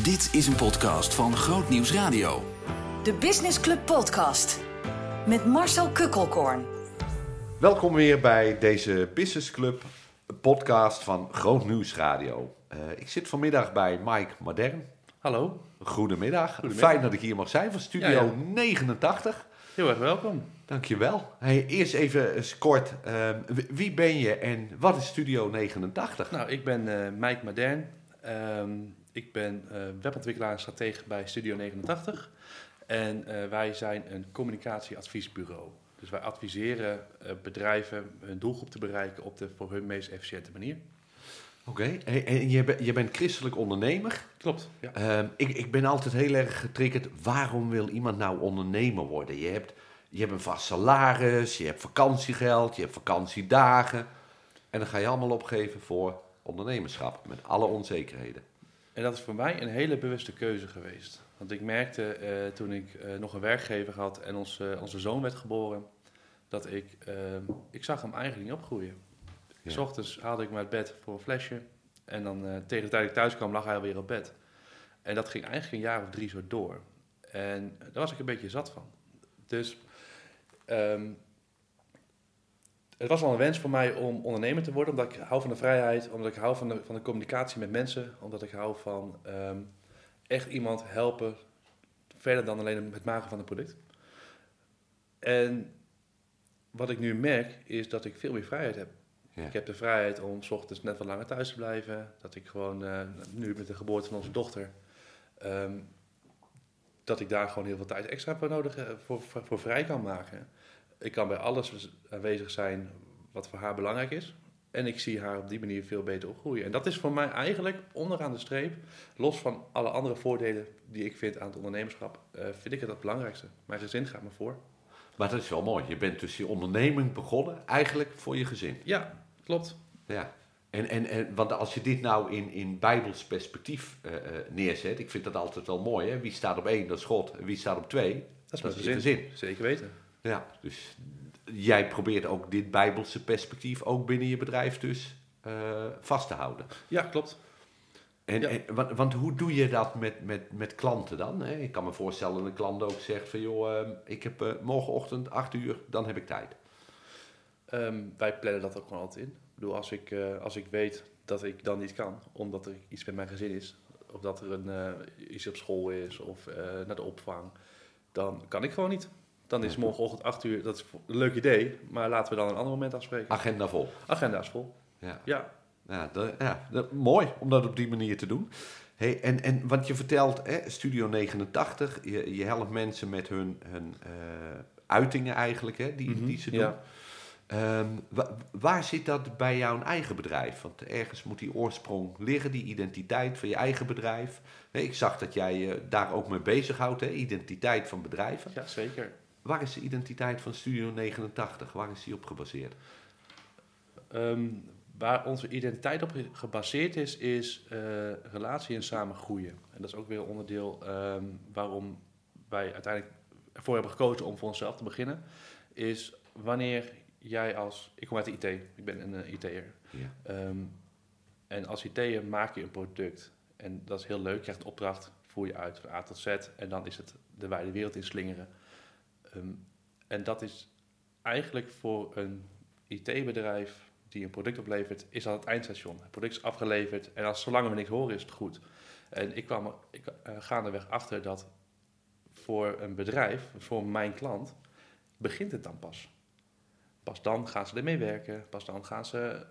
Dit is een podcast van Groot Nieuws Radio. De Business Club podcast met Marcel Kukkelkorn. Welkom weer bij deze Business Club podcast van Groot Nieuws Radio. Ik zit vanmiddag bij Mike Modern. Hallo. Goedemiddag. Fijn dat ik hier mag zijn van Studio 89. Heel erg welkom. Dankjewel. Hey, eerst even kort, wie ben je en wat is Studio 89? Nou, ik ben Mike Modern. Ik ben webontwikkelaar en stratege bij Studio 89. En wij zijn een communicatieadviesbureau. Dus wij adviseren bedrijven hun doelgroep te bereiken op de voor hun meest efficiënte manier. Oké. En je bent christelijk ondernemer. Klopt, ja. Ik ben altijd heel erg getriggerd. Waarom wil iemand nou ondernemer worden? Je hebt een vast salaris, je hebt vakantiegeld, je hebt vakantiedagen. En dan ga je allemaal opgeven voor ondernemerschap, met alle onzekerheden. En dat is voor mij een hele bewuste keuze geweest. Want ik merkte toen ik nog een werkgever had en onze zoon werd geboren, dat ik zag hem eigenlijk niet opgroeien. Ja. 's Ochtends haalde ik hem uit bed voor een flesje en dan tegen de tijd dat ik thuis kwam lag hij alweer op bed. En dat ging eigenlijk een jaar of 3 zo door. En daar was ik een beetje zat van. Dus het was al een wens voor mij om ondernemer te worden, omdat ik hou van de vrijheid, omdat ik hou van de communicatie met mensen, omdat ik hou van echt iemand helpen, verder dan alleen het maken van een product. En wat ik nu merk, is dat ik veel meer vrijheid heb. Ja. Ik heb de vrijheid om 's ochtends net wat langer thuis te blijven, dat ik gewoon, nu met de geboorte van onze dochter, dat ik daar gewoon heel veel tijd extra voor nodig voor vrij kan maken. Ik kan bij alles aanwezig zijn wat voor haar belangrijk is. En ik zie haar op die manier veel beter opgroeien. En dat is voor mij eigenlijk onderaan de streep, los van alle andere voordelen die ik vind aan het ondernemerschap, vind ik het belangrijkste. Mijn gezin gaat me voor. Maar dat is wel mooi. Je bent dus je onderneming begonnen, eigenlijk voor je gezin. Ja, klopt. Ja. Want als je dit nou in Bijbels perspectief neerzet, ik vind dat altijd wel mooi. Hè? Wie staat op 1, dat is God. En wie staat op 2, dat is mijn gezin. Zeker weten. Ja, dus jij probeert ook dit Bijbelse perspectief ook binnen je bedrijf dus vast te houden. Ja, klopt. Want hoe doe je dat met klanten dan? Hè? Ik kan me voorstellen dat een klant ook zegt van joh, ik heb morgenochtend 8 uur, dan heb ik tijd. Wij plannen dat ook gewoon altijd in. Ik bedoel, als ik weet dat ik dan niet kan, omdat er iets met mijn gezin is, of dat er iets op school is, of naar de opvang, dan kan ik gewoon niet. Dan is morgenochtend 8 uur, dat is een leuk idee, maar laten we dan een ander moment afspreken. Agenda vol. Agenda is vol. Ja. Mooi om dat op die manier te doen. Hey, en wat je vertelt, Studio 89, je helpt mensen met hun uitingen eigenlijk, hè, die ze doen. Ja. Waar zit dat bij jouw eigen bedrijf? Want ergens moet die oorsprong liggen, die identiteit van je eigen bedrijf. Ik zag dat jij daar ook mee bezighoudt, hè? Identiteit van bedrijven. Ja, zeker. Waar is de identiteit van Studio 89? Waar is die op gebaseerd? Waar onze identiteit op gebaseerd is relatie en samen groeien. En dat is ook weer een onderdeel waarom wij uiteindelijk ervoor hebben gekozen om voor onszelf te beginnen. Is wanneer jij ik kom uit de IT, ik ben een IT'er. Ja. En als IT'er maak je een product. En dat is heel leuk, je krijgt een opdracht, voer je uit van A tot Z. En dan is het de wijde wereld in slingeren. En dat is eigenlijk voor een IT-bedrijf die een product oplevert, is dat het eindstation. Het product is afgeleverd en zolang we niks horen is het goed. En ik kwam gaandeweg achter dat voor een bedrijf, voor mijn klant, begint het dan pas. Pas dan gaan ze ermee werken, pas dan gaan ze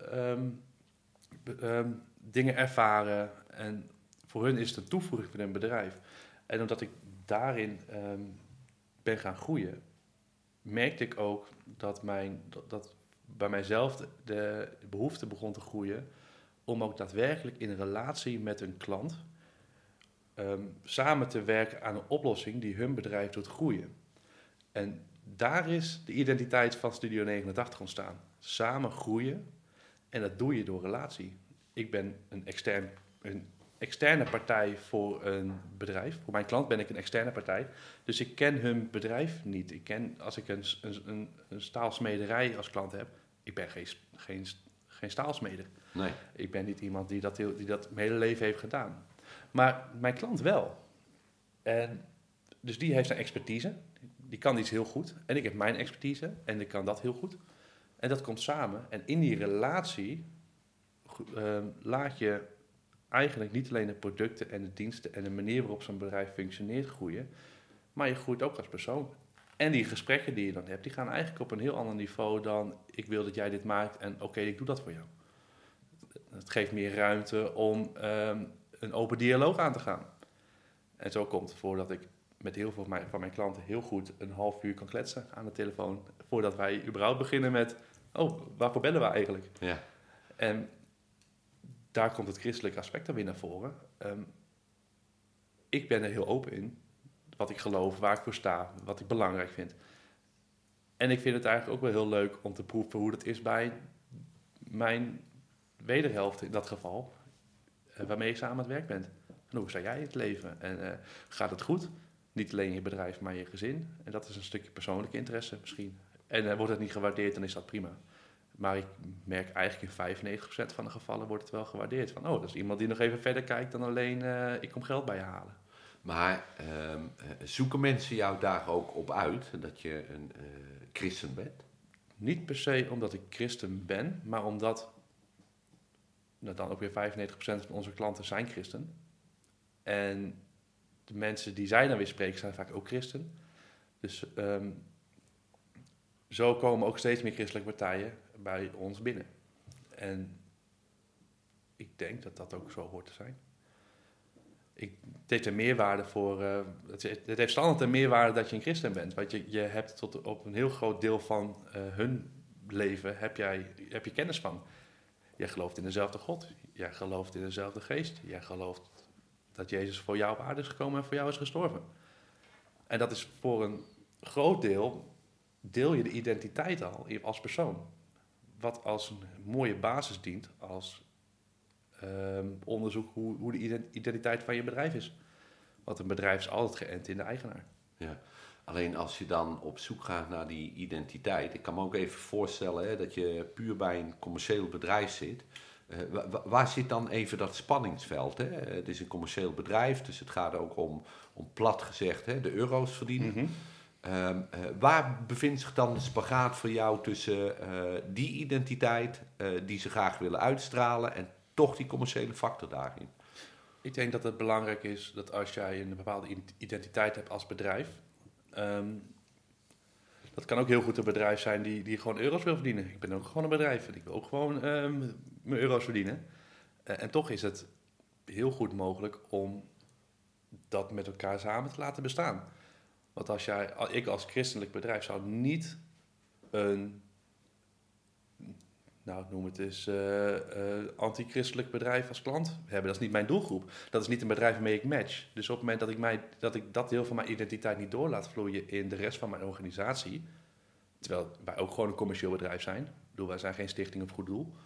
dingen ervaren. En voor hun is het een toevoeging van hun bedrijf. En omdat ik daarin ben gaan groeien, merkte ik ook dat bij mijzelf de behoefte begon te groeien om ook daadwerkelijk in een relatie met een klant samen te werken aan een oplossing die hun bedrijf doet groeien. En daar is de identiteit van Studio 89 ontstaan. Samen groeien en dat doe je door relatie. Ik ben een externe partij voor een bedrijf. Voor mijn klant ben ik een externe partij. Dus ik ken hun bedrijf niet. Als ik een staalsmederij als klant heb, ik ben geen staalsmeder. Nee. Ik ben niet iemand die dat mijn hele leven heeft gedaan. Maar mijn klant wel. En dus die heeft zijn expertise. Die kan iets heel goed. En ik heb mijn expertise. En ik kan dat heel goed. En dat komt samen. En in die relatie laat je eigenlijk niet alleen de producten en de diensten en de manier waarop zo'n bedrijf functioneert groeien. Maar je groeit ook als persoon. En die gesprekken die je dan hebt, die gaan eigenlijk op een heel ander niveau dan ik wil dat jij dit maakt en oké, ik doe dat voor jou. Het geeft meer ruimte om een open dialoog aan te gaan. En zo komt het voor dat ik met heel veel van mijn klanten heel goed een half uur kan kletsen aan de telefoon. Voordat wij überhaupt beginnen met, waarvoor bellen we eigenlijk? Ja. En daar komt het christelijke aspect dan weer naar voren. Ik ben er heel open in. Wat ik geloof, waar ik voor sta, wat ik belangrijk vind. En ik vind het eigenlijk ook wel heel leuk om te proeven hoe dat is bij mijn wederhelft in dat geval. Waarmee ik samen aan het werk ben. En hoe sta jij in het leven? En gaat het goed? Niet alleen in je bedrijf, maar in je gezin. En dat is een stukje persoonlijke interesse misschien. En wordt het niet gewaardeerd, dan is dat prima. Maar ik merk eigenlijk in 95% van de gevallen wordt het wel gewaardeerd. Van, dat is iemand die nog even verder kijkt dan alleen ik kom geld bij je halen. Maar zoeken mensen jou daar ook op uit dat je een christen bent? Niet per se omdat ik christen ben, maar omdat dan ook weer 95% van onze klanten zijn christen. En de mensen die zij dan weer spreken zijn vaak ook christen. Dus zo komen ook steeds meer christelijke partijen bij ons binnen. En ik denk dat dat ook zo hoort te zijn. Het heeft een meerwaarde voor. Het heeft standaard een meerwaarde dat je een christen bent. Want je hebt op een heel groot deel van hun leven heb je kennis van. Jij gelooft in dezelfde God. Jij gelooft in dezelfde geest. Jij gelooft dat Jezus voor jou op aarde is gekomen en voor jou is gestorven. En dat is voor een groot deel je de identiteit al als persoon. Wat als een mooie basis dient als onderzoek hoe de identiteit van je bedrijf is. Want een bedrijf is altijd geënt in de eigenaar. Ja. Alleen als je dan op zoek gaat naar die identiteit. Ik kan me ook even voorstellen dat je puur bij een commercieel bedrijf zit. Waar zit dan even dat spanningsveld? Hè? Het is een commercieel bedrijf, dus het gaat ook om plat gezegd de euro's verdienen. Mm-hmm. Waar bevindt zich dan de spagaat voor jou tussen die identiteit die ze graag willen uitstralen en toch die commerciële factor daarin? Ik denk dat het belangrijk is dat als jij een bepaalde identiteit hebt als bedrijf. Dat kan ook heel goed een bedrijf zijn die gewoon euro's wil verdienen. Ik ben ook gewoon een bedrijf en ik wil ook gewoon mijn euro's verdienen. En toch is het heel goed mogelijk om dat met elkaar samen te laten bestaan. Want ik als christelijk bedrijf zou niet een, noem het eens, anti-christelijk bedrijf als klant hebben. Dat is niet mijn doelgroep. Dat is niet een bedrijf waarmee ik match. Dus op het moment dat ik dat deel van mijn identiteit niet door laat vloeien in de rest van mijn organisatie, terwijl wij ook gewoon een commercieel bedrijf zijn. Ik bedoel, wij zijn geen stichting of goed doel.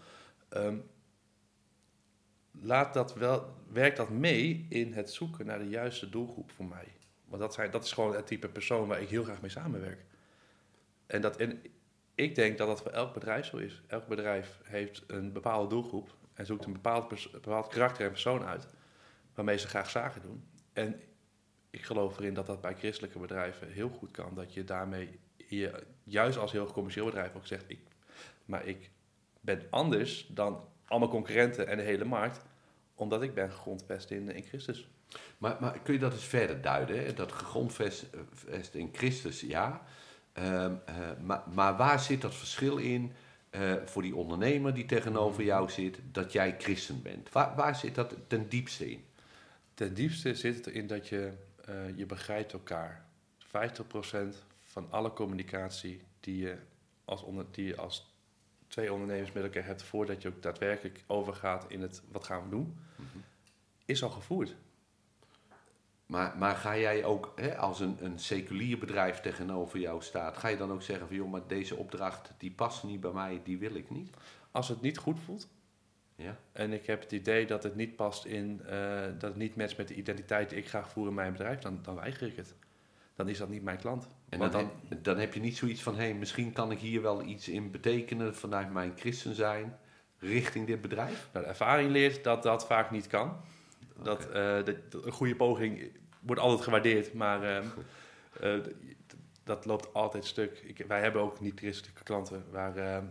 Werkt dat mee in het zoeken naar de juiste doelgroep voor mij. Want dat is gewoon het type persoon waar ik heel graag mee samenwerk. En ik denk dat dat voor elk bedrijf zo is. Elk bedrijf heeft een bepaalde doelgroep en zoekt een bepaald karakter en persoon uit waarmee ze graag zaken doen. En ik geloof erin dat dat bij christelijke bedrijven heel goed kan. Dat je daarmee, juist als heel commercieel bedrijf ook zegt, maar ik ben anders dan alle concurrenten en de hele markt, omdat ik ben gegrondvest in Christus. Maar kun je dat eens verder duiden? Hè? Dat gegrondvest in Christus, ja. Maar waar zit dat verschil in voor die ondernemer die tegenover jou zit, dat jij christen bent? Waar zit dat ten diepste in? Ten diepste zit het erin dat je begrijpt elkaar. 50% van alle communicatie die je als twee ondernemers met elkaar hebt voordat je ook daadwerkelijk overgaat in het wat gaan we doen, is al gevoerd. Maar ga jij ook, als een seculier bedrijf tegenover jou staat, ga je dan ook zeggen van joh, maar deze opdracht die past niet bij mij, die wil ik niet? Als het niet goed voelt, ja, en ik heb het idee dat het niet past dat het niet matcht met de identiteit die ik graag voer in mijn bedrijf, dan weiger ik het. Dan is dat niet mijn klant. En dan heb je niet zoiets van, misschien kan ik hier wel iets in betekenen vanuit mijn christen zijn richting dit bedrijf? Nou, de ervaring leert dat dat vaak niet kan. Dat een goede poging wordt altijd gewaardeerd, maar dat loopt altijd stuk. Wij hebben ook niet-christelijke klanten waar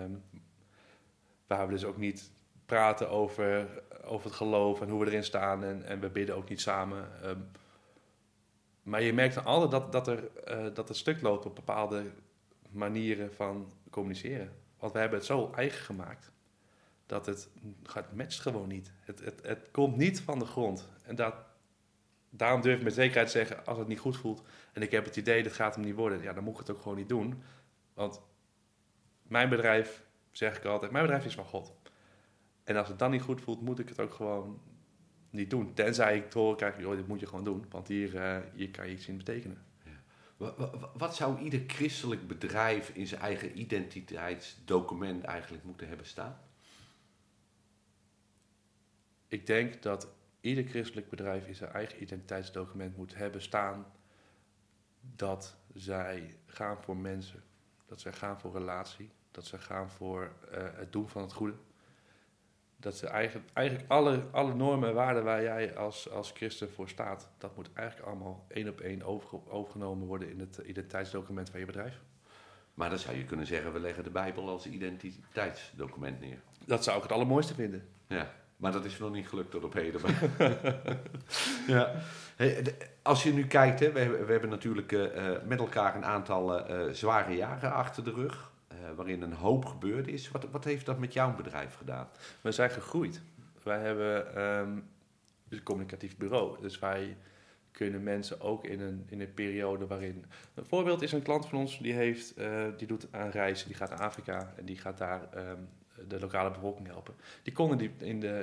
we dus ook niet praten over het geloof en hoe we erin staan en we bidden ook niet samen. Maar je merkt dan altijd dat het stuk loopt op bepaalde manieren van communiceren. Want we hebben het zo eigen gemaakt dat het matcht gewoon niet. Het komt niet van de grond. En daarom durf ik met zekerheid te zeggen, als het niet goed voelt en ik heb het idee dat gaat hem niet worden, ja, dan moet ik het ook gewoon niet doen. Want mijn bedrijf, zeg ik altijd, mijn bedrijf is van God. En als het dan niet goed voelt, moet ik het ook gewoon niet doen. Tenzij ik te horen krijg, joh, dit moet je gewoon doen. Want hier kan je iets in betekenen. Ja. Wat zou ieder christelijk bedrijf in zijn eigen identiteitsdocument eigenlijk moeten hebben staan? Ik denk dat ieder christelijk bedrijf in zijn eigen identiteitsdocument moet hebben staan dat zij gaan voor mensen. Dat zij gaan voor relatie. Dat zij gaan voor het doen van het goede. Dat ze eigenlijk alle normen en waarden waar jij als christen voor staat, dat moet eigenlijk allemaal één op één overgenomen worden in het identiteitsdocument van je bedrijf. Maar dan zou je kunnen zeggen, we leggen de Bijbel als identiteitsdocument neer. Dat zou ik het allermooiste vinden. Ja, maar dat is nog niet gelukt tot op heden. Ja. Hey, als je nu kijkt, hè, we hebben natuurlijk met elkaar een aantal zware jaren achter de rug. Waarin een hoop gebeurd is. Wat heeft dat met jouw bedrijf gedaan? We zijn gegroeid. Wij hebben een communicatief bureau. Dus wij kunnen mensen ook in een periode waarin... Een voorbeeld is een klant van ons, die doet aan reizen. Die gaat naar Afrika en die gaat daar de lokale bevolking helpen. Die konden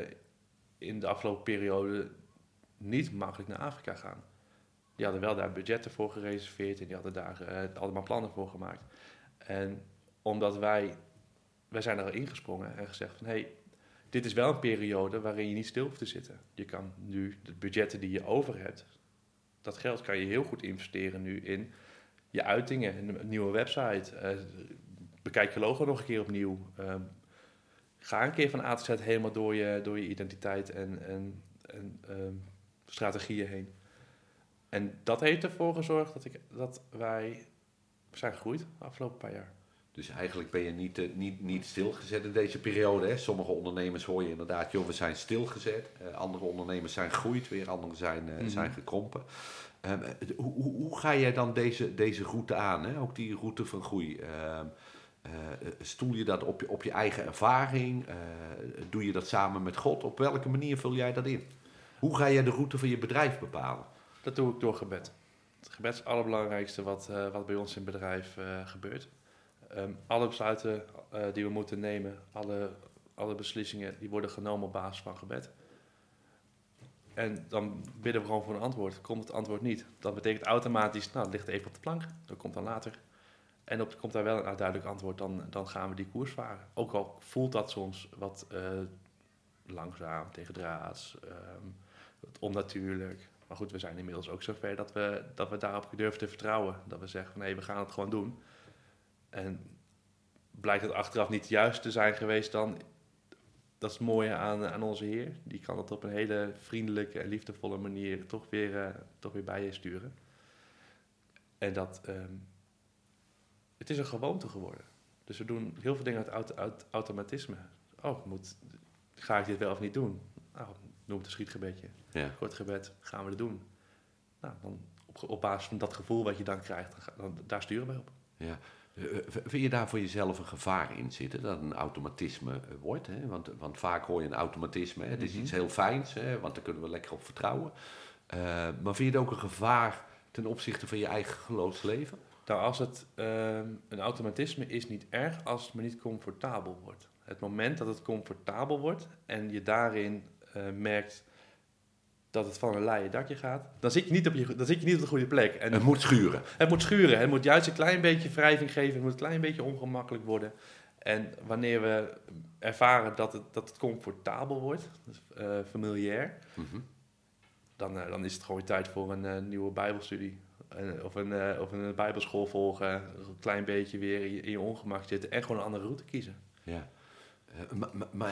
in de afgelopen periode niet makkelijk naar Afrika gaan. Die hadden wel daar budgetten voor gereserveerd en die hadden daar allemaal plannen voor gemaakt. En omdat wij zijn er al ingesprongen en gezegd van, hey, dit is wel een periode waarin je niet stil hoeft te zitten. Je kan nu de budgetten die je over hebt, dat geld kan je heel goed investeren nu in je uitingen, een nieuwe website. Bekijk je logo nog een keer opnieuw. Ga een keer van A tot Z helemaal door je identiteit en strategieën heen. En dat heeft ervoor gezorgd dat wij zijn gegroeid de afgelopen paar jaar. Dus eigenlijk ben je niet stilgezet in deze periode. Hè? Sommige ondernemers hoor je inderdaad, joh, we zijn stilgezet. Andere ondernemers zijn gegroeid, weer anderen zijn gekrompen. Hoe ga jij dan deze route aan? Hè? Ook die route van groei. Stoel je dat op je eigen ervaring? Doe je dat samen met God? Op welke manier vul jij dat in? Hoe ga jij de route van je bedrijf bepalen? Dat doe ik door gebed. Het gebed is het allerbelangrijkste wat bij ons in het bedrijf gebeurt. Alle besluiten die we moeten nemen, alle beslissingen, die worden genomen op basis van gebed. En dan bidden we gewoon voor een antwoord. Komt het antwoord niet, dat betekent automatisch, het ligt even op de plank, dat komt dan later. En komt daar wel een duidelijk antwoord, dan gaan we die koers varen. Ook al voelt dat soms wat langzaam, tegendraads, onnatuurlijk. Maar goed, we zijn inmiddels ook zover dat we daarop durven te vertrouwen. Dat we zeggen van, we gaan het gewoon doen. En blijkt het achteraf niet juist te zijn geweest dan, dat is het mooie aan onze Heer. Die kan het op een hele vriendelijke en liefdevolle manier toch weer bij je sturen. En het is een gewoonte geworden. Dus we doen heel veel dingen uit automatisme. Ga ik dit wel of niet doen? Nou, noem het een schietgebedje. Ja. Kort gebed, gaan we het doen. Nou, dan op basis van dat gevoel wat je dan krijgt, daar sturen wij op. Ja. Vind je daar voor jezelf een gevaar in zitten, dat een automatisme wordt? Hè? Want vaak hoor je een automatisme, hè? Het is iets heel fijns, hè? Want daar kunnen we lekker op vertrouwen. Maar vind je het ook een gevaar ten opzichte van je eigen geloofsleven? Nou, als het een automatisme is niet erg als het maar niet comfortabel wordt. Het moment dat het comfortabel wordt en je daarin merkt dat het van een leien dakje gaat, dan zit je niet op de goede plek. En het moet schuren. Het moet schuren. Het moet juist een klein beetje wrijving geven. Het moet een klein beetje ongemakkelijk worden. En wanneer we ervaren dat het comfortabel wordt, familiair, dan is het gewoon tijd voor een nieuwe bijbelstudie. Of een bijbelschool volgen. Een klein beetje weer in je ongemak zitten en gewoon een andere route kiezen. Ja. Maar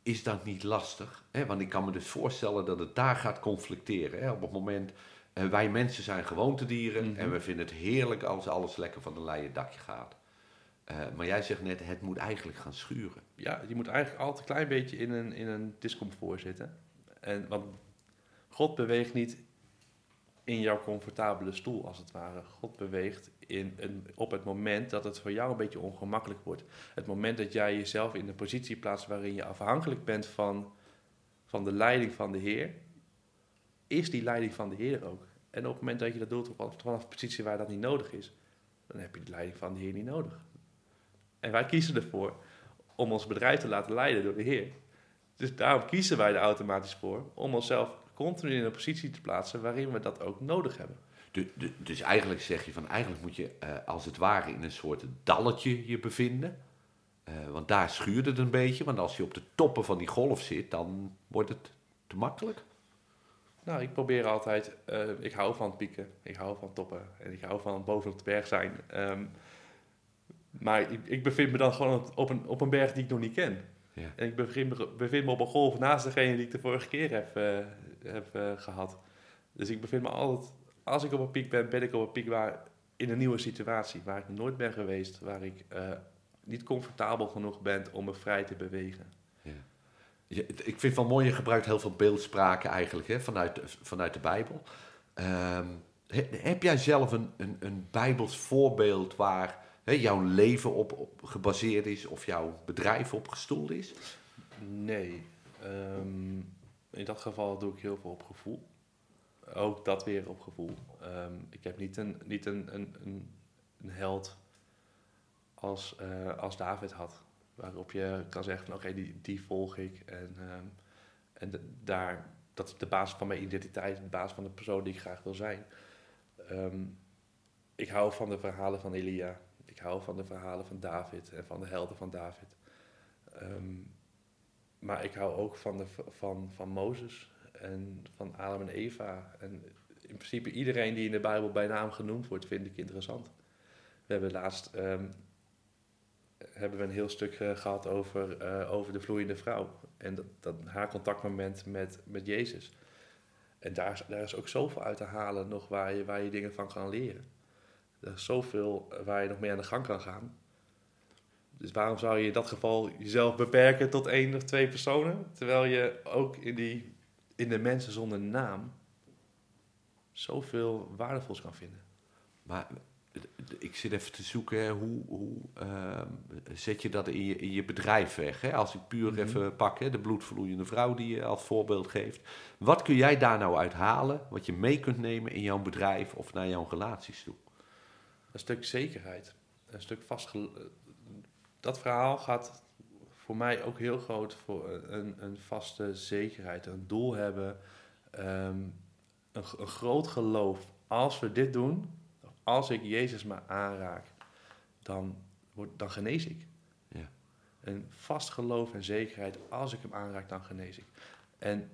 is dat niet lastig? Hè? Want ik kan me dus voorstellen dat het daar gaat conflicteren. Hè? Op het moment, wij mensen zijn gewoontedieren en we vinden het heerlijk als alles lekker van een leien dakje gaat. Maar jij zegt net, het moet eigenlijk gaan schuren. Ja, je moet eigenlijk altijd een klein beetje in een discomfort zitten. Want God beweegt niet in jouw comfortabele stoel, als het ware. God beweegt op het moment dat het voor jou een beetje ongemakkelijk wordt. Het moment dat jij jezelf in de positie plaatst waarin je afhankelijk bent van de leiding van de Heer, is die leiding van de Heer er ook. En op het moment dat je dat doet vanaf een positie waar dat niet nodig is, dan heb je de leiding van de Heer niet nodig. En wij kiezen ervoor om ons bedrijf te laten leiden door de Heer. Dus daarom kiezen wij er automatisch voor om onszelf continu in een positie te plaatsen waarin we dat ook nodig hebben. Dus eigenlijk zeg je van, eigenlijk moet je als het ware in een soort dalletje je bevinden. Want daar schuurt het een beetje. Want als je op de toppen van die golf zit, dan wordt het te makkelijk. Nou, ik probeer altijd, ik hou van pieken, ik hou van toppen en ik hou van boven op de berg zijn. Maar ik bevind me dan gewoon op een berg die ik nog niet ken. Ja. En ik bevind me op een golf naast degene die ik de vorige keer heb gehad. Dus ik bevind me altijd, als ik op een piek ben ik op een piek in een nieuwe situatie, waar ik nooit ben geweest, waar ik niet comfortabel genoeg ben om me vrij te bewegen. Ja. Ik vind het wel mooi, je gebruikt heel veel beeldspraken eigenlijk, hè, vanuit de Bijbel. Heb jij zelf een Bijbels voorbeeld waar jouw leven op gebaseerd is of jouw bedrijf op gestoeld is? Nee. In dat geval doe ik heel veel op gevoel. Ook dat weer op gevoel. Ik heb niet een held als David had. Waarop je kan zeggen van oké, die volg ik. Dat is de basis van mijn identiteit, de basis van de persoon die ik graag wil zijn. Ik hou van de verhalen van Elia. Ik hou van de verhalen van David en van de helden van David. Maar ik hou ook van Mozes en van Adam en Eva. En in principe iedereen die in de Bijbel bij naam genoemd wordt, vind ik interessant. We hebben laatst een heel stuk gehad over de vloeiende vrouw. En dat haar contactmoment met Jezus. En daar is ook zoveel uit te halen nog waar je dingen van kan leren. Er is zoveel waar je nog mee aan de gang kan gaan. Dus waarom zou je in dat geval jezelf beperken tot 1 of 2 personen? Terwijl je ook in de mensen zonder naam zoveel waardevols kan vinden. Maar ik zit even te zoeken, hoe zet je dat in je bedrijf weg? Hè? Als ik puur even pak, de bloedvloeiende vrouw die je als voorbeeld geeft. Wat kun jij daar nou uit halen, wat je mee kunt nemen in jouw bedrijf of naar jouw relaties toe? Een stuk zekerheid, een stuk dat verhaal gaat voor mij ook heel groot voor een vaste zekerheid, een doel hebben, een groot geloof. Als we dit doen, als ik Jezus maar aanraak, dan genees ik. Ja. Een vast geloof en zekerheid, als ik hem aanraak, dan genees ik. En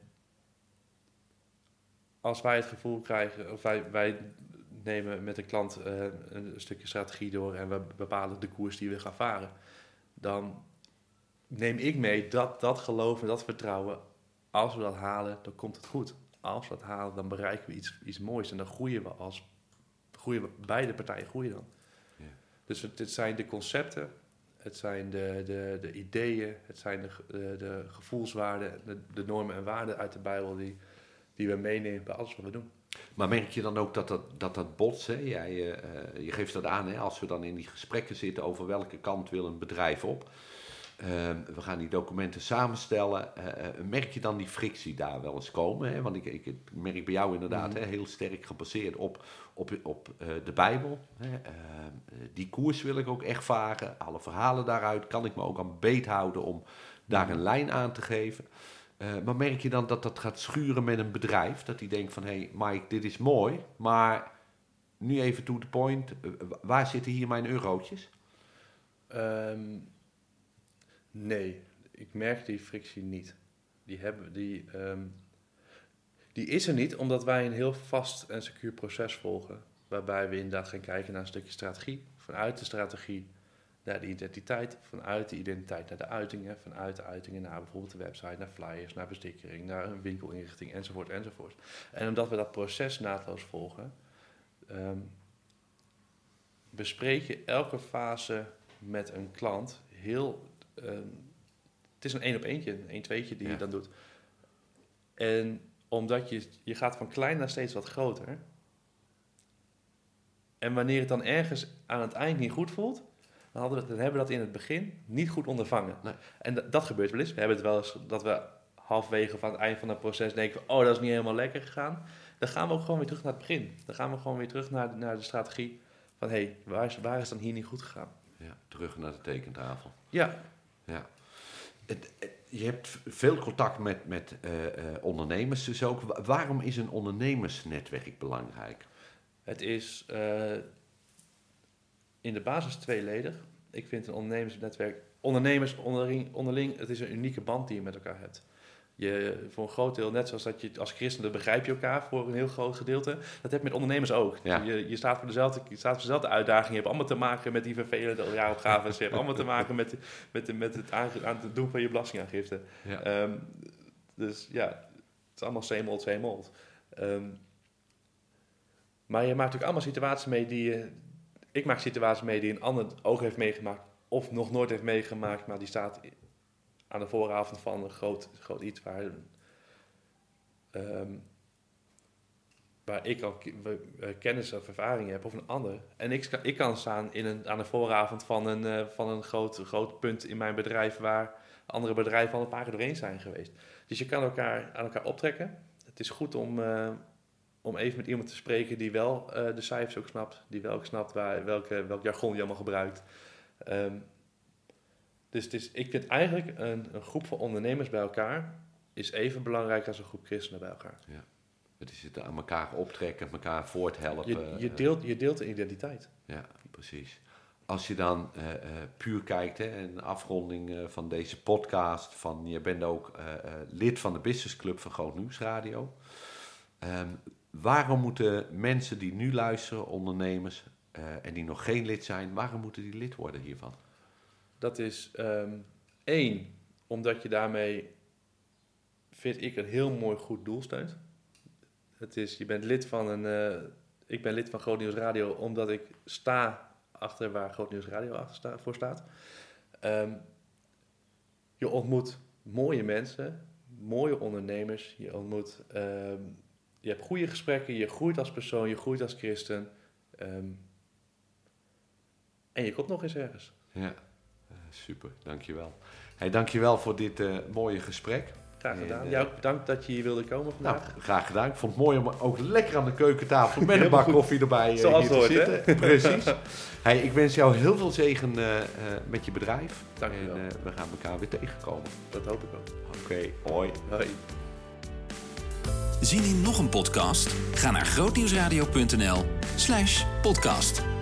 als wij het gevoel krijgen, of wij nemen met een klant een stukje strategie door en we bepalen de koers die we gaan varen, dan neem ik mee dat geloof en dat vertrouwen, als we dat halen, dan komt het goed. Als we dat halen, dan bereiken we iets moois en dan groeien we beide partijen groeien dan. Ja. Dus dit zijn de concepten, het zijn de ideeën, het zijn de gevoelswaarden, de normen en waarden uit de Bijbel die we meenemen bij alles wat we doen. Maar merk je dan ook dat bots, hè? Je geeft dat aan, hè? Als we dan in die gesprekken zitten over welke kant wil een bedrijf op. We gaan die documenten samenstellen. Merk je dan die frictie daar wel eens komen? Hè? Want ik merk bij jou inderdaad heel sterk gebaseerd op de Bijbel. Hè? Die koers wil ik ook echt varen. Alle verhalen daaruit kan ik me ook aan beet houden om daar een lijn aan te geven. Maar merk je dan dat gaat schuren met een bedrijf? Dat die denkt van, hey Mike, dit is mooi, maar nu even to the point. Waar zitten hier mijn eurotjes? Nee, ik merk die frictie niet. Die is er niet, omdat wij een heel vast en secuur proces volgen. Waarbij we inderdaad gaan kijken naar een stukje strategie. Vanuit de strategie naar de identiteit, vanuit de identiteit naar de uitingen, vanuit de uitingen naar bijvoorbeeld de website, naar flyers, naar bestikkering, naar een winkelinrichting, enzovoort, enzovoort. En omdat we dat proces naadloos volgen, bespreek je elke fase met een klant heel... het is een 1-op-1'tje, een 1-2'tje die je dan doet. En omdat je gaat van klein naar steeds wat groter. En wanneer het dan ergens aan het eind niet goed voelt, dan hebben we dat in het begin niet goed ondervangen. Nee. En dat gebeurt wel eens. We hebben het wel eens dat we halverwege of aan het eind van het proces denken van, dat is niet helemaal lekker gegaan. Dan gaan we ook gewoon weer terug naar het begin. Dan gaan we gewoon weer terug naar de strategie van, waar is dan hier niet goed gegaan? Ja, terug naar de tekentafel. Ja. Je hebt veel contact met ondernemers dus ook. Waarom is een ondernemersnetwerk belangrijk? Het is in de basis tweeledig. Ik vind een ondernemersnetwerk... Ondernemers onderling, het is een unieke band die je met elkaar hebt. Voor een groot deel, net zoals dat je als christen, dan begrijp je elkaar voor een heel groot gedeelte. Dat heb je met ondernemers ook. Ja. Je staat voor dezelfde uitdaging. Je hebt allemaal te maken met die vervelende jaaropgaves. Je hebt allemaal te maken met het aan het doen van je belastingaangifte. Ja. Dus ja, het is allemaal same old. Maar je maakt ook allemaal situaties mee ik maak situaties mee die een ander ook heeft meegemaakt of nog nooit heeft meegemaakt, maar die staat aan de vooravond van een groot iets waar ik al kennis of ervaring heb of een ander. En ik kan staan aan de vooravond van een groot punt in mijn bedrijf waar andere bedrijven al een paar keer doorheen zijn geweest. Dus je kan aan elkaar optrekken. Het is goed om even met iemand te spreken die wel de cijfers ook snapt, die wel ook snapt welk jargon je allemaal gebruikt. Dus ik vind eigenlijk een groep van ondernemers bij elkaar is even belangrijk als een groep christenen bij elkaar. Ja. Het is het aan elkaar optrekken, elkaar voorthelpen. Je deelt de identiteit. Ja, precies. Als je dan puur kijkt, een afronding van deze podcast, je bent ook lid van de Business Club van Groot Nieuws Radio. Waarom moeten mensen die nu luisteren, ondernemers, en die nog geen lid zijn, waarom moeten die lid worden hiervan? Dat is 1, omdat je daarmee, vind ik, een heel mooi goed doel steunt. Ik ben lid van Groot Nieuws Radio omdat ik sta achter waar Groot Nieuws Radio voor staat. Je ontmoet mooie mensen, mooie ondernemers. Je hebt goede gesprekken, je groeit als persoon, je groeit als christen. En je komt nog eens ergens. Ja, super, dankjewel. Dankjewel voor dit mooie gesprek. Graag gedaan. Jou bedankt dat je hier wilde komen vandaag. Nou, graag gedaan. Ik vond het mooi om ook lekker aan de keukentafel met een bak koffie erbij zoals hier te zitten. Hè? Precies. Ik wens jou heel veel zegen met je bedrijf. Dank je wel. En we gaan elkaar weer tegenkomen. Dat hoop ik ook. Oké, hoi. Hoi. Zin in nog een podcast? Ga naar grootnieuwsradio.nl/podcast.